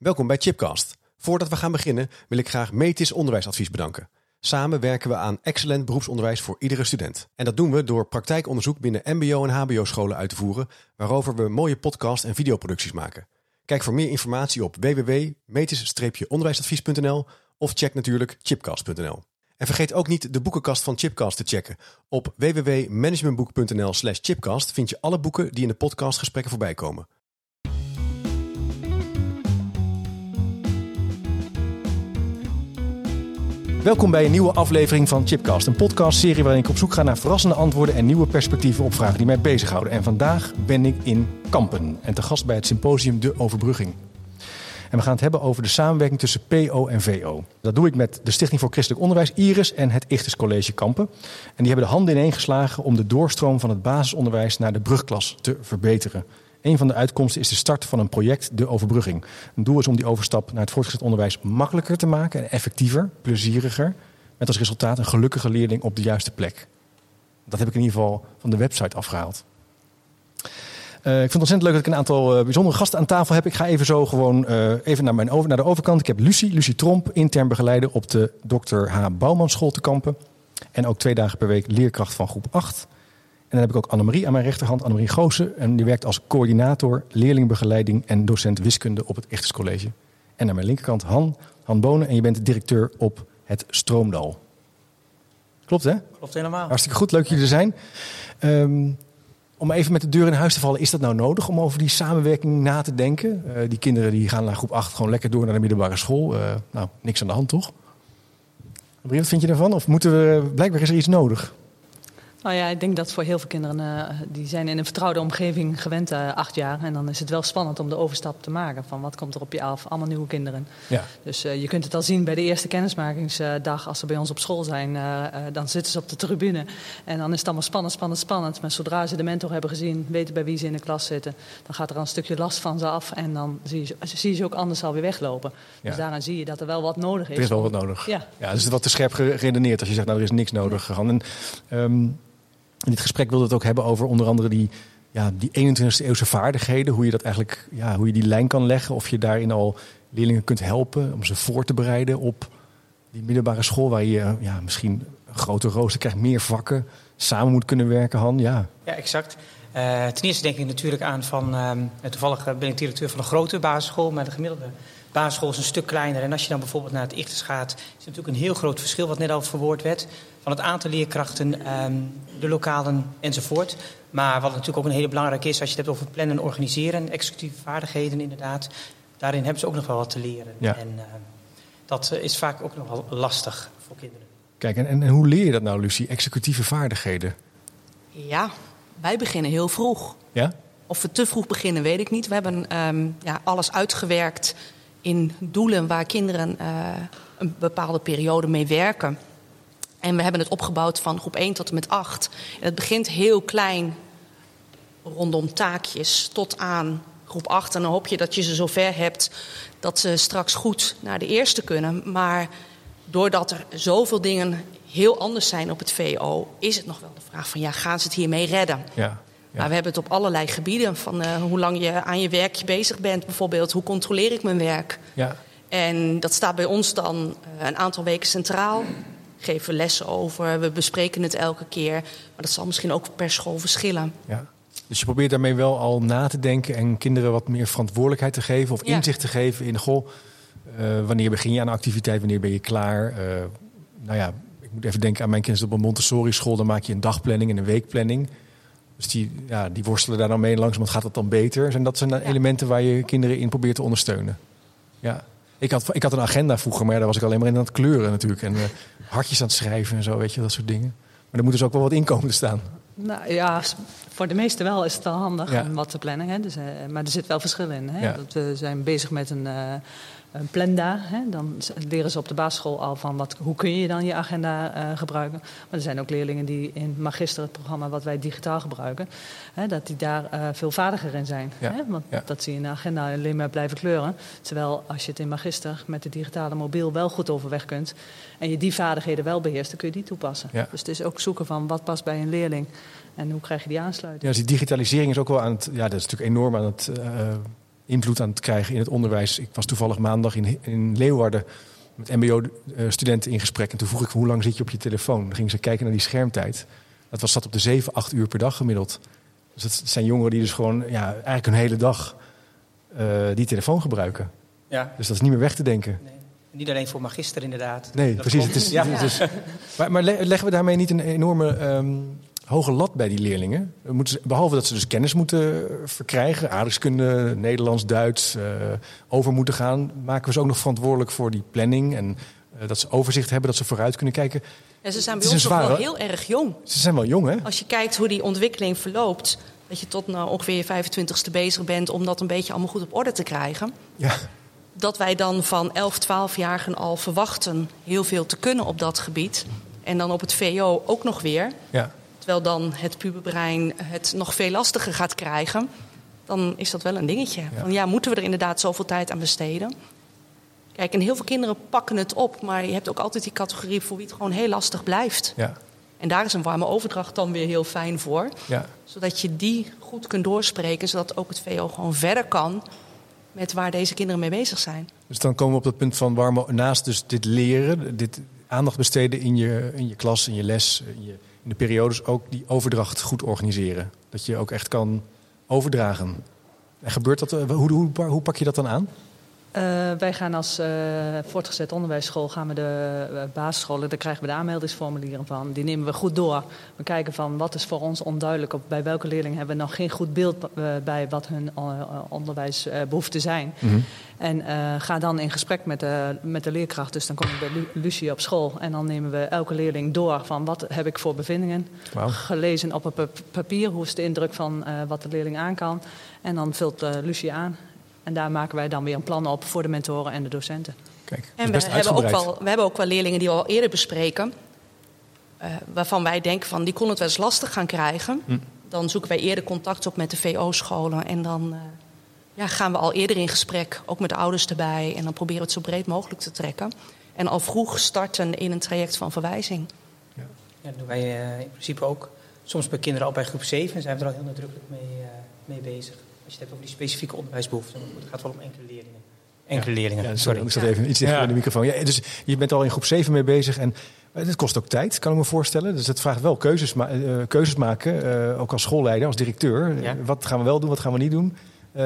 Welkom bij Chipcast. Voordat we gaan beginnen wil ik graag Metis Onderwijsadvies bedanken. Samen werken we aan excellent beroepsonderwijs voor iedere student. En dat doen we door praktijkonderzoek binnen mbo- en hbo-scholen uit te voeren, waarover we mooie podcast- en videoproducties maken. Kijk voor meer informatie op www.metis-onderwijsadvies.nl of check natuurlijk chipcast.nl. En vergeet ook niet de boekenkast van Chipcast te checken. Op www.managementboek.nl/chipcast vind je alle boeken die in de podcastgesprekken voorbij komen. Welkom bij een nieuwe aflevering van Chipcast, een podcastserie waarin ik op zoek ga naar verrassende antwoorden en nieuwe perspectieven op vragen die mij bezighouden. En vandaag ben ik in Kampen en te gast bij het symposium De Overbrugging. En we gaan het hebben over de samenwerking tussen PO en VO. Dat doe ik met de Stichting voor Christelijk Onderwijs, IRIS, en het Ichthus College Kampen. En die hebben de handen ineen geslagen om de doorstroom van het basisonderwijs naar de brugklas te verbeteren. Een van de uitkomsten is de start van een project, De Overbrugging. Een doel is om die overstap naar het voortgezet onderwijs makkelijker te maken en effectiever, plezieriger. Met als resultaat een gelukkige leerling op de juiste plek. Dat heb ik in ieder geval van de website afgehaald. Ik vind het ontzettend leuk dat ik een aantal bijzondere gasten aan tafel heb. Ik ga even zo gewoon even naar de overkant. Ik heb Lucie Tromp, intern begeleider op de Dr. H. Bouwmanschool te Kampen. En ook 2 dagen per week leerkracht van groep 8. En dan heb ik ook Annemarie aan mijn rechterhand, Annemarie Goossen. En die werkt als coördinator, leerlingbegeleiding en docent wiskunde op het Ichthus College. En aan mijn linkerkant Han Bonen. En je bent directeur op het Stroomdal. Klopt, hè? Klopt helemaal. Hartstikke goed, leuk dat jullie er zijn. Om even met de deur in huis te vallen, is dat nou nodig om over die samenwerking na te denken? Die kinderen die gaan naar groep 8 gewoon lekker door naar de middelbare school. Niks aan de hand, toch? Annemarie, wat vind je daarvan? Of blijkbaar is er iets nodig? Nou ja, ik denk dat voor heel veel kinderen, die zijn in een vertrouwde omgeving gewend 8 jaar. En dan is het wel spannend om de overstap te maken. Van wat komt er op je af? Allemaal nieuwe kinderen. Ja. Dus je kunt het al zien bij de eerste kennismakingsdag. Als ze bij ons op school zijn, dan zitten ze op de tribune. En dan is het allemaal spannend. Maar zodra ze de mentor hebben gezien, weten bij wie ze in de klas zitten, dan gaat er al een stukje last van ze af. En dan zie je ze ook anders alweer weglopen. Ja. Dus daaraan zie je dat er wel wat nodig is. Er is wel wat nodig. Ja, dus het is wat te scherp geredeneerd als je zegt, nou er is niks nodig gegaan. In dit gesprek wilde het ook hebben over onder andere die 21e eeuwse vaardigheden. Hoe je dat eigenlijk, hoe je die lijn kan leggen. Of je daarin al leerlingen kunt helpen om ze voor te bereiden op die middelbare school. Waar je misschien een groter rooster krijgt, meer vakken, samen moet kunnen werken, Han. Ja, exact. Ten eerste denk ik natuurlijk aan van, toevallig ben ik directeur van een grote basisschool, maar de gemiddelde basisschool is een stuk kleiner. En als je dan bijvoorbeeld naar het Ichthus gaat, is er natuurlijk een heel groot verschil, wat net al verwoord werd, van het aantal leerkrachten, de lokalen enzovoort. Maar wat natuurlijk ook een hele belangrijke is, als je het hebt over plannen en organiseren, executieve vaardigheden inderdaad, daarin hebben ze ook nog wel wat te leren. Ja. En dat is vaak ook nog wel lastig voor kinderen. Kijk, en hoe leer je dat nou, Lucie, executieve vaardigheden? Ja, wij beginnen heel vroeg. Ja? Of we te vroeg beginnen, weet ik niet. We hebben alles uitgewerkt in doelen waar kinderen een bepaalde periode mee werken. En we hebben het opgebouwd van groep 1 tot en met 8. En het begint heel klein rondom taakjes tot aan groep 8. En dan hoop je dat je ze zover hebt dat ze straks goed naar de eerste kunnen. Maar doordat er zoveel dingen heel anders zijn op het VO, is het nog wel de vraag van gaan ze het hiermee redden? Ja. Maar we hebben het op allerlei gebieden. Van hoe lang je aan je werkje bezig bent. Bijvoorbeeld, hoe controleer ik mijn werk? Ja. En dat staat bij ons dan een aantal weken centraal. Geven we lessen over, we bespreken het elke keer. Maar dat zal misschien ook per school verschillen. Ja. Dus je probeert daarmee wel al na te denken en kinderen wat meer verantwoordelijkheid te geven. Of inzicht te geven in, wanneer begin je aan een activiteit, wanneer ben je klaar? Ik moet even denken aan mijn kinderen op een Montessori school. Dan maak je een dagplanning en een weekplanning. Dus die worstelen daar dan mee langzaam. Gaat dat dan beter? Zijn dat elementen waar je kinderen in probeert te ondersteunen? Ja. Ik had een agenda vroeger, maar daar was ik alleen maar in aan het kleuren natuurlijk. En hartjes aan het schrijven en zo, weet je, dat soort dingen. Maar er moet dus ook wel wat in komen te staan. Nou ja, voor de meesten wel is het wel handig om wat te plannen. Hè? Dus, maar er zit wel verschil in. Hè? Ja. We zijn bezig met een planda. Hè? Dan leren ze op de basisschool al van hoe kun je dan je agenda gebruiken. Maar er zijn ook leerlingen die in Magister, het programma wat wij digitaal gebruiken, dat die daar veel vaardiger in zijn. Ja. Hè? Want dat ze in de agenda alleen maar blijven kleuren. Terwijl als je het in Magister met de digitale mobiel wel goed overweg kunt en je die vaardigheden wel beheerst, dan kun je die toepassen. Ja. Dus het is ook zoeken van wat past bij een leerling en hoe krijg je die aansluiting. Ja, dus die digitalisering is ook wel aan het, dat is natuurlijk enorm aan het invloed aan het krijgen in het onderwijs. Ik was toevallig maandag in Leeuwarden met mbo-studenten in gesprek. En toen vroeg ik, hoe lang zit je op je telefoon? Dan gingen ze kijken naar die schermtijd. Dat zat op de 7-8 uur per dag gemiddeld. Dus dat zijn jongeren die dus gewoon eigenlijk hun hele dag die telefoon gebruiken. Ja. Dus dat is niet meer weg te denken. Nee. Niet alleen voor magister inderdaad. Nee, dat precies. Maar leggen we daarmee niet een enorme hoge lat bij die leerlingen? Behalve dat ze dus kennis moeten verkrijgen, aardrijkskunde, Nederlands, Duits, over moeten gaan, maken we ze ook nog verantwoordelijk voor die planning en dat ze overzicht hebben, dat ze vooruit kunnen kijken. Ja, ze zijn bij ons nog wel heel erg jong. Ze zijn wel jong, hè? Als je kijkt hoe die ontwikkeling verloopt, dat je tot ongeveer je 25ste bezig bent om dat een beetje allemaal goed op orde te krijgen. Ja. Dat wij dan van 11, 12-jarigen al verwachten heel veel te kunnen op dat gebied. En dan op het VO ook nog weer. Ja. Terwijl dan het puberbrein het nog veel lastiger gaat krijgen. Dan is dat wel een dingetje. Ja. Van, moeten we er inderdaad zoveel tijd aan besteden? Kijk, en heel veel kinderen pakken het op. Maar je hebt ook altijd die categorie voor wie het gewoon heel lastig blijft. Ja. En daar is een warme overdracht dan weer heel fijn voor. Ja. Zodat je die goed kunt doorspreken. Zodat ook het VO gewoon verder kan met waar deze kinderen mee bezig zijn. Dus dan komen we op dat punt van warme, naast dus dit leren, dit aandacht besteden in je klas, in je les, in de periodes ook die overdracht goed organiseren. Dat je ook echt kan overdragen. En gebeurt dat? Hoe pak je dat dan aan? Wij gaan als voortgezet onderwijsschool gaan we de basisscholen, daar krijgen we de aanmeldingsformulieren van. Die nemen we goed door. We kijken van wat is voor ons onduidelijk. Bij welke leerling hebben we nog geen goed beeld bij wat hun onderwijsbehoeften zijn. Mm-hmm. En ga dan in gesprek met de leerkracht. Dus dan kom ik bij Lucie op school. En dan nemen we elke leerling door van wat heb ik voor bevindingen. Wow. Gelezen op een papier. Hoe is de indruk van wat de leerling aan kan. En dan vult Lucie aan. En daar maken wij dan weer een plan op voor de mentoren en de docenten. Kijk, en we hebben ook wel leerlingen die we al eerder bespreken. Waarvan wij denken van die kon het wel eens lastig gaan krijgen. Dan zoeken wij eerder contact op met de VO-scholen. En dan gaan we al eerder in gesprek, ook met de ouders erbij. En dan proberen we het zo breed mogelijk te trekken. En al vroeg starten in een traject van verwijzing. Ja, dat doen wij in principe ook. Soms bij kinderen al bij groep 7 zijn we er al heel nadrukkelijk mee bezig. Als je het hebt over die specifieke onderwijsbehoeften, het gaat wel om enkele leerlingen. Leerlingen. Ja, sorry, ik zat even iets dichter in de microfoon. Ja, dus je bent al in groep 7 mee bezig en het kost ook tijd, kan ik me voorstellen. Dus het vraagt wel keuzes maken, ook als schoolleider, als directeur. Ja. Wat gaan we wel doen, wat gaan we niet doen?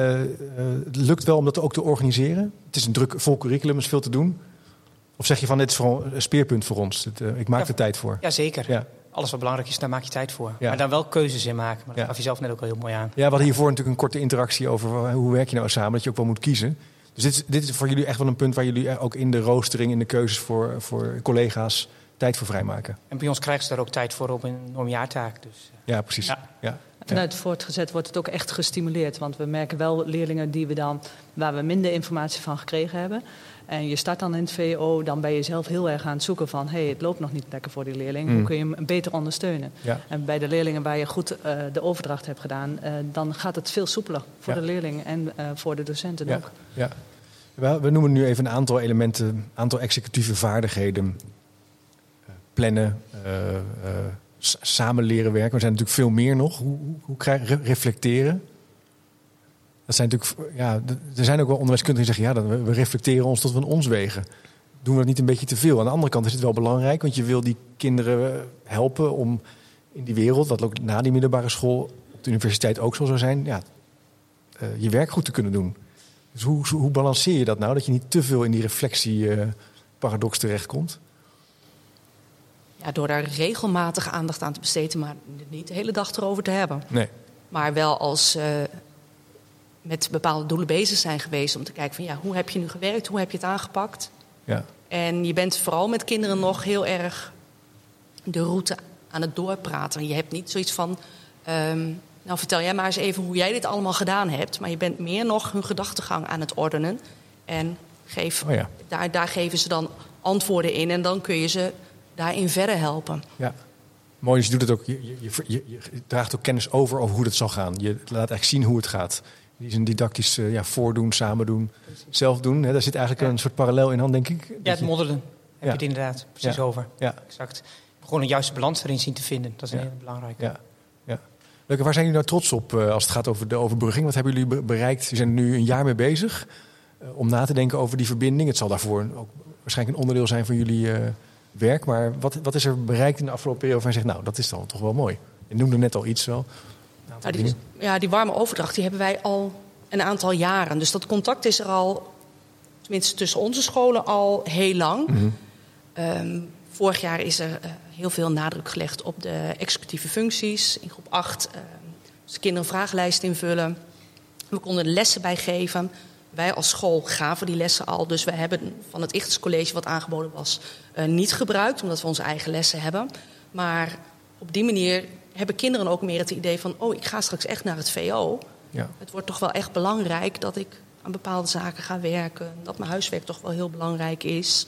Het lukt wel om dat ook te organiseren? Het is een druk vol curriculum, er is veel te doen. Of zeg je van, dit is vooral een speerpunt voor ons, ik maak er tijd voor? Ja, zeker. Ja. Alles wat belangrijk is, daar maak je tijd voor. Ja. Maar daar wel keuzes in maken. Maar dat gaf je zelf net ook al heel mooi aan. Ja, we hadden hiervoor natuurlijk een korte interactie over hoe werk je nou samen. Dat je ook wel moet kiezen. Dus dit is voor jullie echt wel een punt waar jullie ook in de roostering, in de keuzes voor collega's tijd voor vrijmaken. En bij ons krijgen ze daar ook tijd voor op een normjaartaak. Dus. Ja, precies. Ja. Vanuit voortgezet wordt het ook echt gestimuleerd. Want we merken wel leerlingen waar we minder informatie van gekregen hebben. En je start dan in het VO, dan ben je zelf heel erg aan het zoeken van het loopt nog niet lekker voor die leerling. Hoe kun je hem beter ondersteunen? Ja. En bij de leerlingen waar je goed de overdracht hebt gedaan, dan gaat het veel soepeler voor de leerling en voor de docenten ook. Ja. We noemen nu even een aantal elementen, een aantal executieve vaardigheden. Plannen, samen leren werken. Er zijn natuurlijk veel meer nog. Hoe reflecteren? Dat zijn natuurlijk, er zijn ook wel onderwijskundigen die zeggen, we reflecteren ons tot we ons wegen. Doen we dat niet een beetje te veel? Aan de andere kant is het wel belangrijk, want je wil die kinderen helpen om in die wereld, wat ook na die middelbare school op de universiteit ook zo zou zijn, je werk goed te kunnen doen. Dus hoe balanceer je dat nou, dat je niet te veel in die reflectieparadox terechtkomt? Ja, door daar regelmatig aandacht aan te besteden, maar niet de hele dag erover te hebben. Nee. Maar wel als met bepaalde doelen bezig zijn geweest om te kijken van hoe heb je nu gewerkt, hoe heb je het aangepakt? Ja. En je bent vooral met kinderen nog heel erg de route aan het doorpraten. Je hebt niet zoiets van, vertel jij maar eens even hoe jij dit allemaal gedaan hebt. Maar je bent meer nog hun gedachtegang aan het ordenen. En daar geven ze dan antwoorden in en dan kun je ze daarin verder helpen. Ja. Mooi, dus je doet het ook. Je draagt ook kennis over hoe het zal gaan. Je laat eigenlijk zien hoe het gaat. Die is een didactisch voordoen, samen doen, zelf doen. Daar zit eigenlijk een soort parallel in hand, denk ik. Ja, het moddelen. Heb je het inderdaad precies over. Ja. Exact. Gewoon een juiste balans erin zien te vinden. Dat is een hele belangrijke. Ja. Leuk, waar zijn jullie nou trots op als het gaat over de overbrugging? Wat hebben jullie bereikt? Jullie zijn er nu een jaar mee bezig om na te denken over die verbinding. Het zal daarvoor ook waarschijnlijk een onderdeel zijn van jullie werk. Maar wat is er bereikt in de afgelopen periode waarvan je zegt, nou, dat is dan toch wel mooi. Je noemde net al iets wel. Die warme overdracht die hebben wij al een aantal jaren. Dus dat contact is er al, tenminste tussen onze scholen, al heel lang. Mm-hmm. Vorig jaar is er heel veel nadruk gelegd op de executieve functies. In groep 8 de kinderen een vragenlijst invullen. We konden er lessen bij geven. Wij als school gaven die lessen al. Dus we hebben van het Ichthus College wat aangeboden was niet gebruikt, omdat we onze eigen lessen hebben. Maar op die manier hebben kinderen ook meer het idee van, ik ga straks echt naar het VO. Ja. Het wordt toch wel echt belangrijk dat ik aan bepaalde zaken ga werken. Dat mijn huiswerk toch wel heel belangrijk is.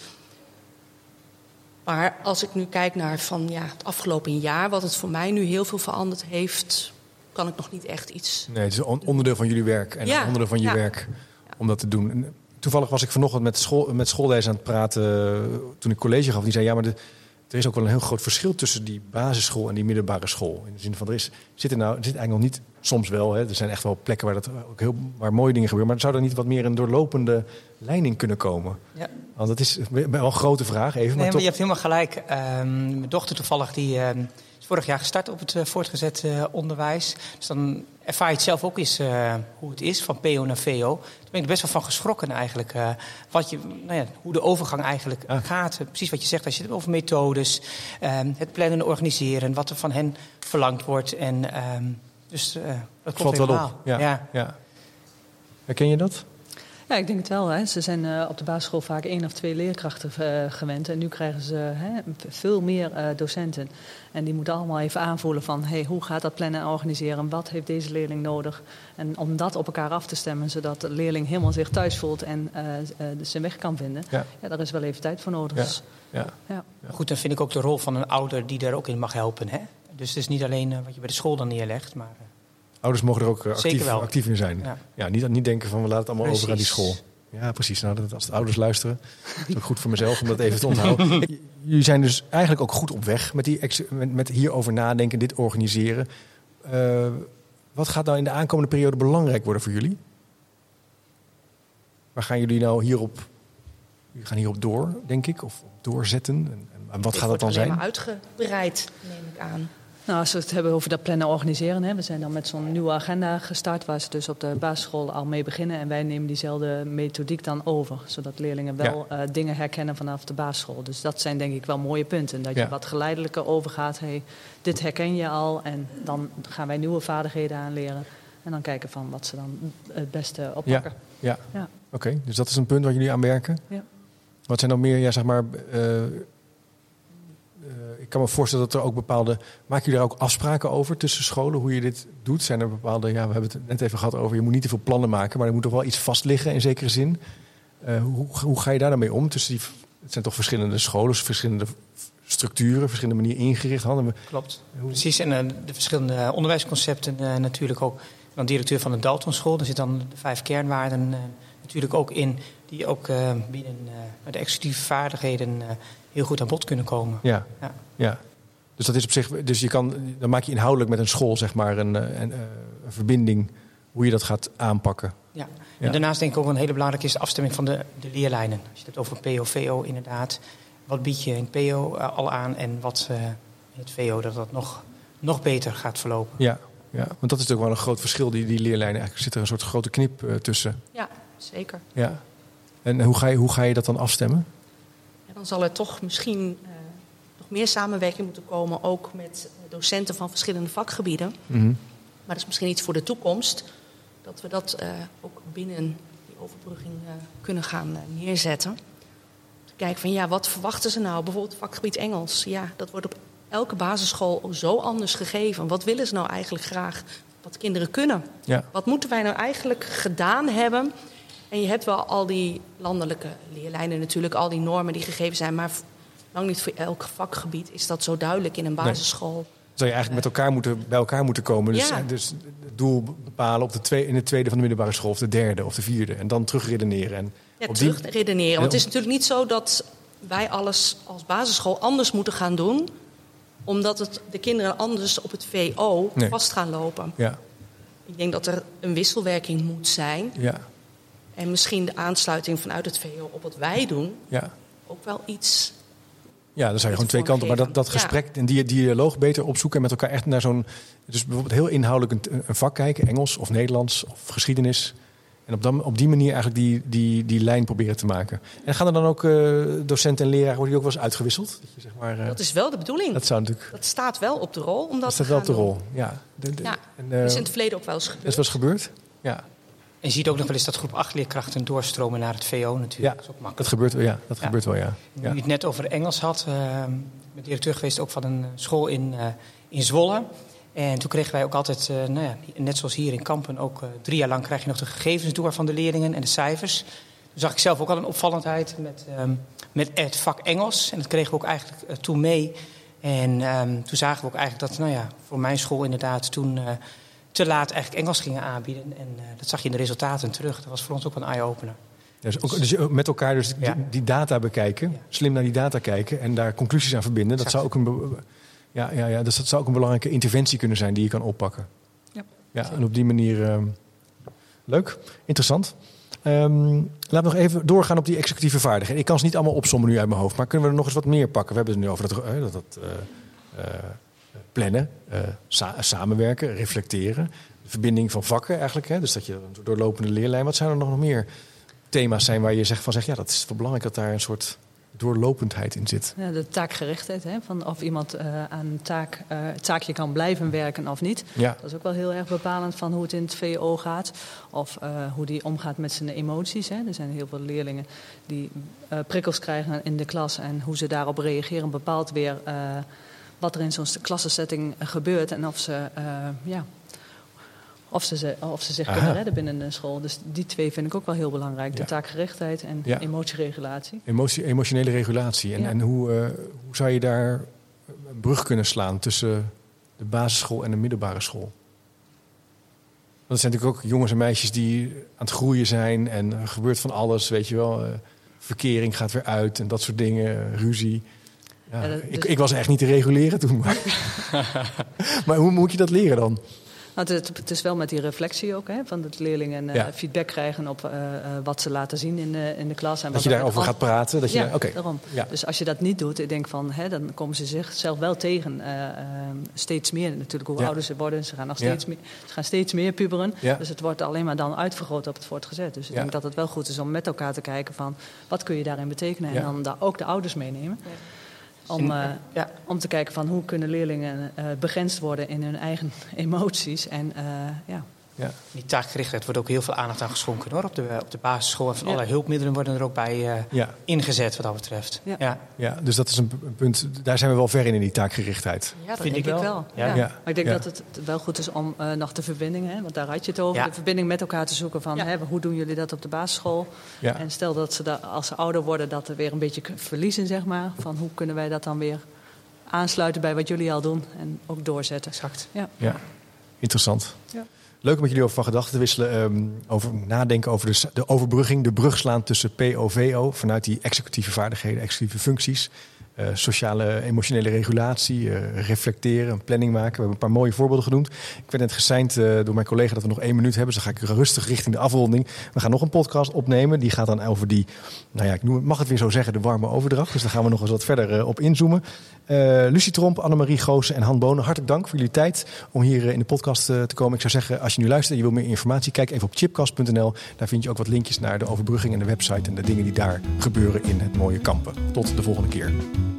Maar als ik nu kijk naar het afgelopen jaar, wat het voor mij nu heel veel veranderd heeft, kan ik nog niet echt iets. Nee, het is een onderdeel van jullie werk en een onderdeel van je werk om dat te doen. En toevallig was ik vanochtend met schoolleiders aan het praten toen ik college gaf. Die zei, maar er is ook wel een heel groot verschil tussen die basisschool en die middelbare school. In de zin van, er zit eigenlijk nog niet, soms wel, hè, er zijn echt wel plekken waar mooie dingen gebeuren. Maar zou er niet wat meer een doorlopende leiding kunnen komen? Ja. Want dat is wel een grote vraag. Maar je hebt helemaal gelijk. Mijn dochter toevallig, die is vorig jaar gestart op het voortgezet onderwijs. Dus dan ervaar je het zelf ook eens hoe het is, van PO naar VO. Daar ben ik best wel van geschrokken eigenlijk. Hoe de overgang eigenlijk gaat. Precies wat je zegt, als je het over methodes, het plannen en organiseren, wat er van hen verlangd wordt. En dat klopt wel op. Ja. Herken je dat? Ja, ik denk het wel. Hè. Ze zijn op de basisschool vaak 1 of 2 leerkrachten gewend. En nu krijgen ze veel meer docenten. En die moeten allemaal even aanvoelen van, hoe gaat dat plannen en organiseren? Wat heeft deze leerling nodig? En om dat op elkaar af te stemmen, zodat de leerling helemaal zich thuis voelt en zijn weg kan vinden. Ja, daar is wel even tijd voor nodig. Ja. Goed, dan vind ik ook de rol van een ouder die daar ook in mag helpen. Hè? Dus het is niet alleen wat je bij de school dan neerlegt, maar... Ouders mogen er ook actief in zijn. Ja, niet denken van, we laten het allemaal over aan die school. Ja, precies. Nou, als de ouders luisteren, is het ook goed voor mezelf om dat even te onthouden. Jullie zijn dus eigenlijk ook goed op weg met hierover nadenken, dit organiseren. Wat gaat nou in de aankomende periode belangrijk worden voor jullie? Waar gaan jullie nou hierop door, denk ik? Of doorzetten? En wat gaat dat dan zijn? Het wordt alleen maar uitgebreid, neem ik aan. Nou, als we het hebben over dat plannen en organiseren. We zijn dan met zo'n nieuwe agenda gestart, waar ze dus op de basisschool al mee beginnen. En wij nemen diezelfde methodiek dan over. Zodat leerlingen wel dingen herkennen vanaf de basisschool. Dus dat zijn denk ik wel mooie punten. Dat je wat geleidelijker overgaat. Dit herken je al. En dan gaan wij nieuwe vaardigheden aanleren. En dan kijken van wat ze dan het beste oppakken. Ja. Oké, dus dat is een punt waar jullie aan werken. Ja. Wat zijn dan meer, ik kan me voorstellen dat er ook bepaalde... Maken jullie daar ook afspraken over tussen scholen, hoe je dit doet? Zijn er bepaalde... we hebben het net even gehad over... je moet niet te veel plannen maken, maar er moet toch wel iets vast liggen in zekere zin. Hoe ga je daar dan mee om? Het zijn toch verschillende scholen, verschillende structuren, verschillende manieren ingericht. Klopt, precies. En de verschillende onderwijsconcepten natuurlijk ook. Dan directeur van de Daltonschool, daar zitten dan de 5 kernwaarden natuurlijk ook in... die ook binnen de executieve vaardigheden... heel goed aan bod kunnen komen. Ja. Dus dat is op zich. Dus dan maak je inhoudelijk met een school, zeg maar, een verbinding hoe je dat gaat aanpakken. Ja. En daarnaast denk ik ook een hele belangrijke is de afstemming van de leerlijnen. Als je het over PO, VO inderdaad. Wat bied je in PO al aan en wat in het VO dat nog beter gaat verlopen. Ja, want dat is natuurlijk wel een groot verschil, die leerlijnen. Eigenlijk zit er een soort grote knip tussen. Ja, zeker. Ja. En hoe ga je dat dan afstemmen? Dan zal er toch misschien nog meer samenwerking moeten komen... ook met docenten van verschillende vakgebieden. Mm-hmm. Maar dat is misschien iets voor de toekomst... dat we dat ook binnen die overbrugging kunnen gaan neerzetten. Kijken van, wat verwachten ze nou? Bijvoorbeeld vakgebied Engels. Ja, dat wordt op elke basisschool zo anders gegeven. Wat willen ze nou eigenlijk graag wat kinderen kunnen? Ja. Wat moeten wij nou eigenlijk gedaan hebben... En je hebt wel al die landelijke leerlijnen natuurlijk, al die normen die gegeven zijn. Maar lang niet voor elk vakgebied is dat zo duidelijk in een basisschool. Nee. Zou je eigenlijk bij elkaar moeten komen. Dus het doel bepalen in de tweede van de middelbare school of de derde of de vierde. En dan terugredeneren. Terugredeneren. Want het is natuurlijk niet zo dat wij alles als basisschool anders moeten gaan doen Omdat de kinderen anders op het VO vast gaan lopen. Ja. Ik denk dat er een wisselwerking moet zijn. Ja. En misschien de aansluiting vanuit het VO op wat wij doen ook wel iets... Ja, dan zou je gewoon twee kanten. Maar dat gesprek en die dialoog beter opzoeken en met elkaar echt naar zo'n... Dus bijvoorbeeld heel inhoudelijk een vak kijken, Engels of Nederlands of geschiedenis. En op die manier eigenlijk die lijn proberen te maken. En gaan er dan ook docenten en leraren, worden die ook wel eens uitgewisseld? Dat je, zeg maar, dat is wel de bedoeling. Dat zou natuurlijk... Dat staat wel op de rol. Dat staat wel op de rol, ja. Dat is in het verleden ook wel eens gebeurd. Dat was gebeurd, ja. En je ziet ook nog wel eens dat groep 8 leerkrachten doorstromen naar het VO natuurlijk. Ja, dat is ook makkelijk. Dat gebeurt wel, ja. Dat gebeurt wel, ja. Nu je het net over Engels had. Ik ben directeur geweest ook van een school in Zwolle. En toen kregen wij ook altijd, net zoals hier in Kampen, ook 3 jaar lang krijg je nog de gegevens door van de leerlingen en de cijfers. Toen zag ik zelf ook al een opvallendheid met het vak Engels. En dat kregen we ook eigenlijk toen mee. En toen zagen we ook eigenlijk dat, voor mijn school inderdaad toen te laat eigenlijk Engels gingen aanbieden. En dat zag je in de resultaten terug. Dat was voor ons ook een eye-opener. Dus met elkaar die data bekijken, slim naar die data kijken en daar conclusies aan verbinden. Dat zou ook dus dat zou ook een belangrijke interventie kunnen zijn die je kan oppakken. Ja, en op die manier leuk, interessant. Laten we nog even doorgaan op die executieve vaardigheden. Ik kan ze niet allemaal opsommen nu uit mijn hoofd, maar kunnen we er nog eens wat meer pakken? We hebben het nu over dat plannen, samenwerken, reflecteren, de verbinding van vakken eigenlijk. Hè? Dus dat je een doorlopende leerlijn. Wat zijn er nog meer thema's zijn waar je zegt, ja, dat is wel belangrijk dat daar een soort doorlopendheid in zit? Ja, de taakgerichtheid, van of iemand aan een taakje kan blijven werken of niet. Ja. Dat is ook wel heel erg bepalend van hoe het in het VO gaat. Of hoe die omgaat met zijn emoties. Hè. Er zijn heel veel leerlingen die prikkels krijgen in de klas. En hoe ze daarop reageren bepaalt weer wat er in zo'n klassensetting gebeurt. En of ze zich kunnen redden binnen de school. Dus die 2 vind ik ook wel heel belangrijk. De taakgerichtheid en emotieregulatie. Emotionele regulatie. En hoe zou je daar een brug kunnen slaan tussen de basisschool en de middelbare school? Want het zijn natuurlijk ook jongens en meisjes die aan het groeien zijn. En er gebeurt van alles, weet je wel. Verkering gaat weer uit en dat soort dingen. Ruzie. Ja, ik was echt niet te reguleren toen. Maar hoe moet je dat leren dan? Nou, het is wel met die reflectie ook, van dat leerlingen feedback krijgen op wat ze laten zien in de klas. En dat je daarover gaat praten? Daarom. Ja. Dus als je dat niet doet, ik denk van, dan komen ze zichzelf wel tegen. Steeds meer natuurlijk, hoe ouder ze worden. Ze gaan steeds meer puberen. Ja. Dus het wordt alleen maar dan uitvergroot op het voortgezet. Dus ik denk dat het wel goed is om met elkaar te kijken van, wat kun je daarin betekenen? En dan ook de ouders meenemen. Ja. Om te kijken van hoe kunnen leerlingen begrensd worden in hun eigen emoties. En Die taakgerichtheid wordt ook heel veel aandacht aan geschonken hoor. Op de basisschool. En van allerlei hulpmiddelen worden er ook bij ingezet wat dat betreft. Ja, dus dat is een punt. Daar zijn we wel ver in die taakgerichtheid. Ja, dat vind ik wel. Ja. Maar ik denk dat het wel goed is om nog de verbinding, want daar had je het over. Ja. De verbinding met elkaar te zoeken van hoe doen jullie dat op de basisschool? Ja. En stel dat ze als ze ouder worden dat er weer een beetje verliezen, zeg maar. Van hoe kunnen wij dat dan weer aansluiten bij wat jullie al doen en ook doorzetten. Exact. Ja. Interessant. Ja. Leuk om met jullie over van gedachten te wisselen. Over nadenken over de overbrugging, de brug slaan tussen PO-VO. Vanuit die executieve vaardigheden, executieve functies. Sociale, emotionele regulatie, reflecteren, een planning maken. We hebben een paar mooie voorbeelden genoemd. Ik werd net geseind door mijn collega dat we nog 1 minuut hebben. Dus dan ga ik rustig richting de afronding. We gaan nog een podcast opnemen. Die gaat dan over die, mag het weer zo zeggen, de warme overdracht. Dus daar gaan we nog eens wat verder op inzoomen. Lucie Tromp, Annemarie Goossen en Han Bonen, hartelijk dank voor jullie tijd om hier in de podcast te komen. Ik zou zeggen, als je nu luistert en je wil meer informatie, kijk even op chipcast.nl. Daar vind je ook wat linkjes naar de overbrugging en de website en de dingen die daar gebeuren in het mooie Kampen. Tot de volgende keer.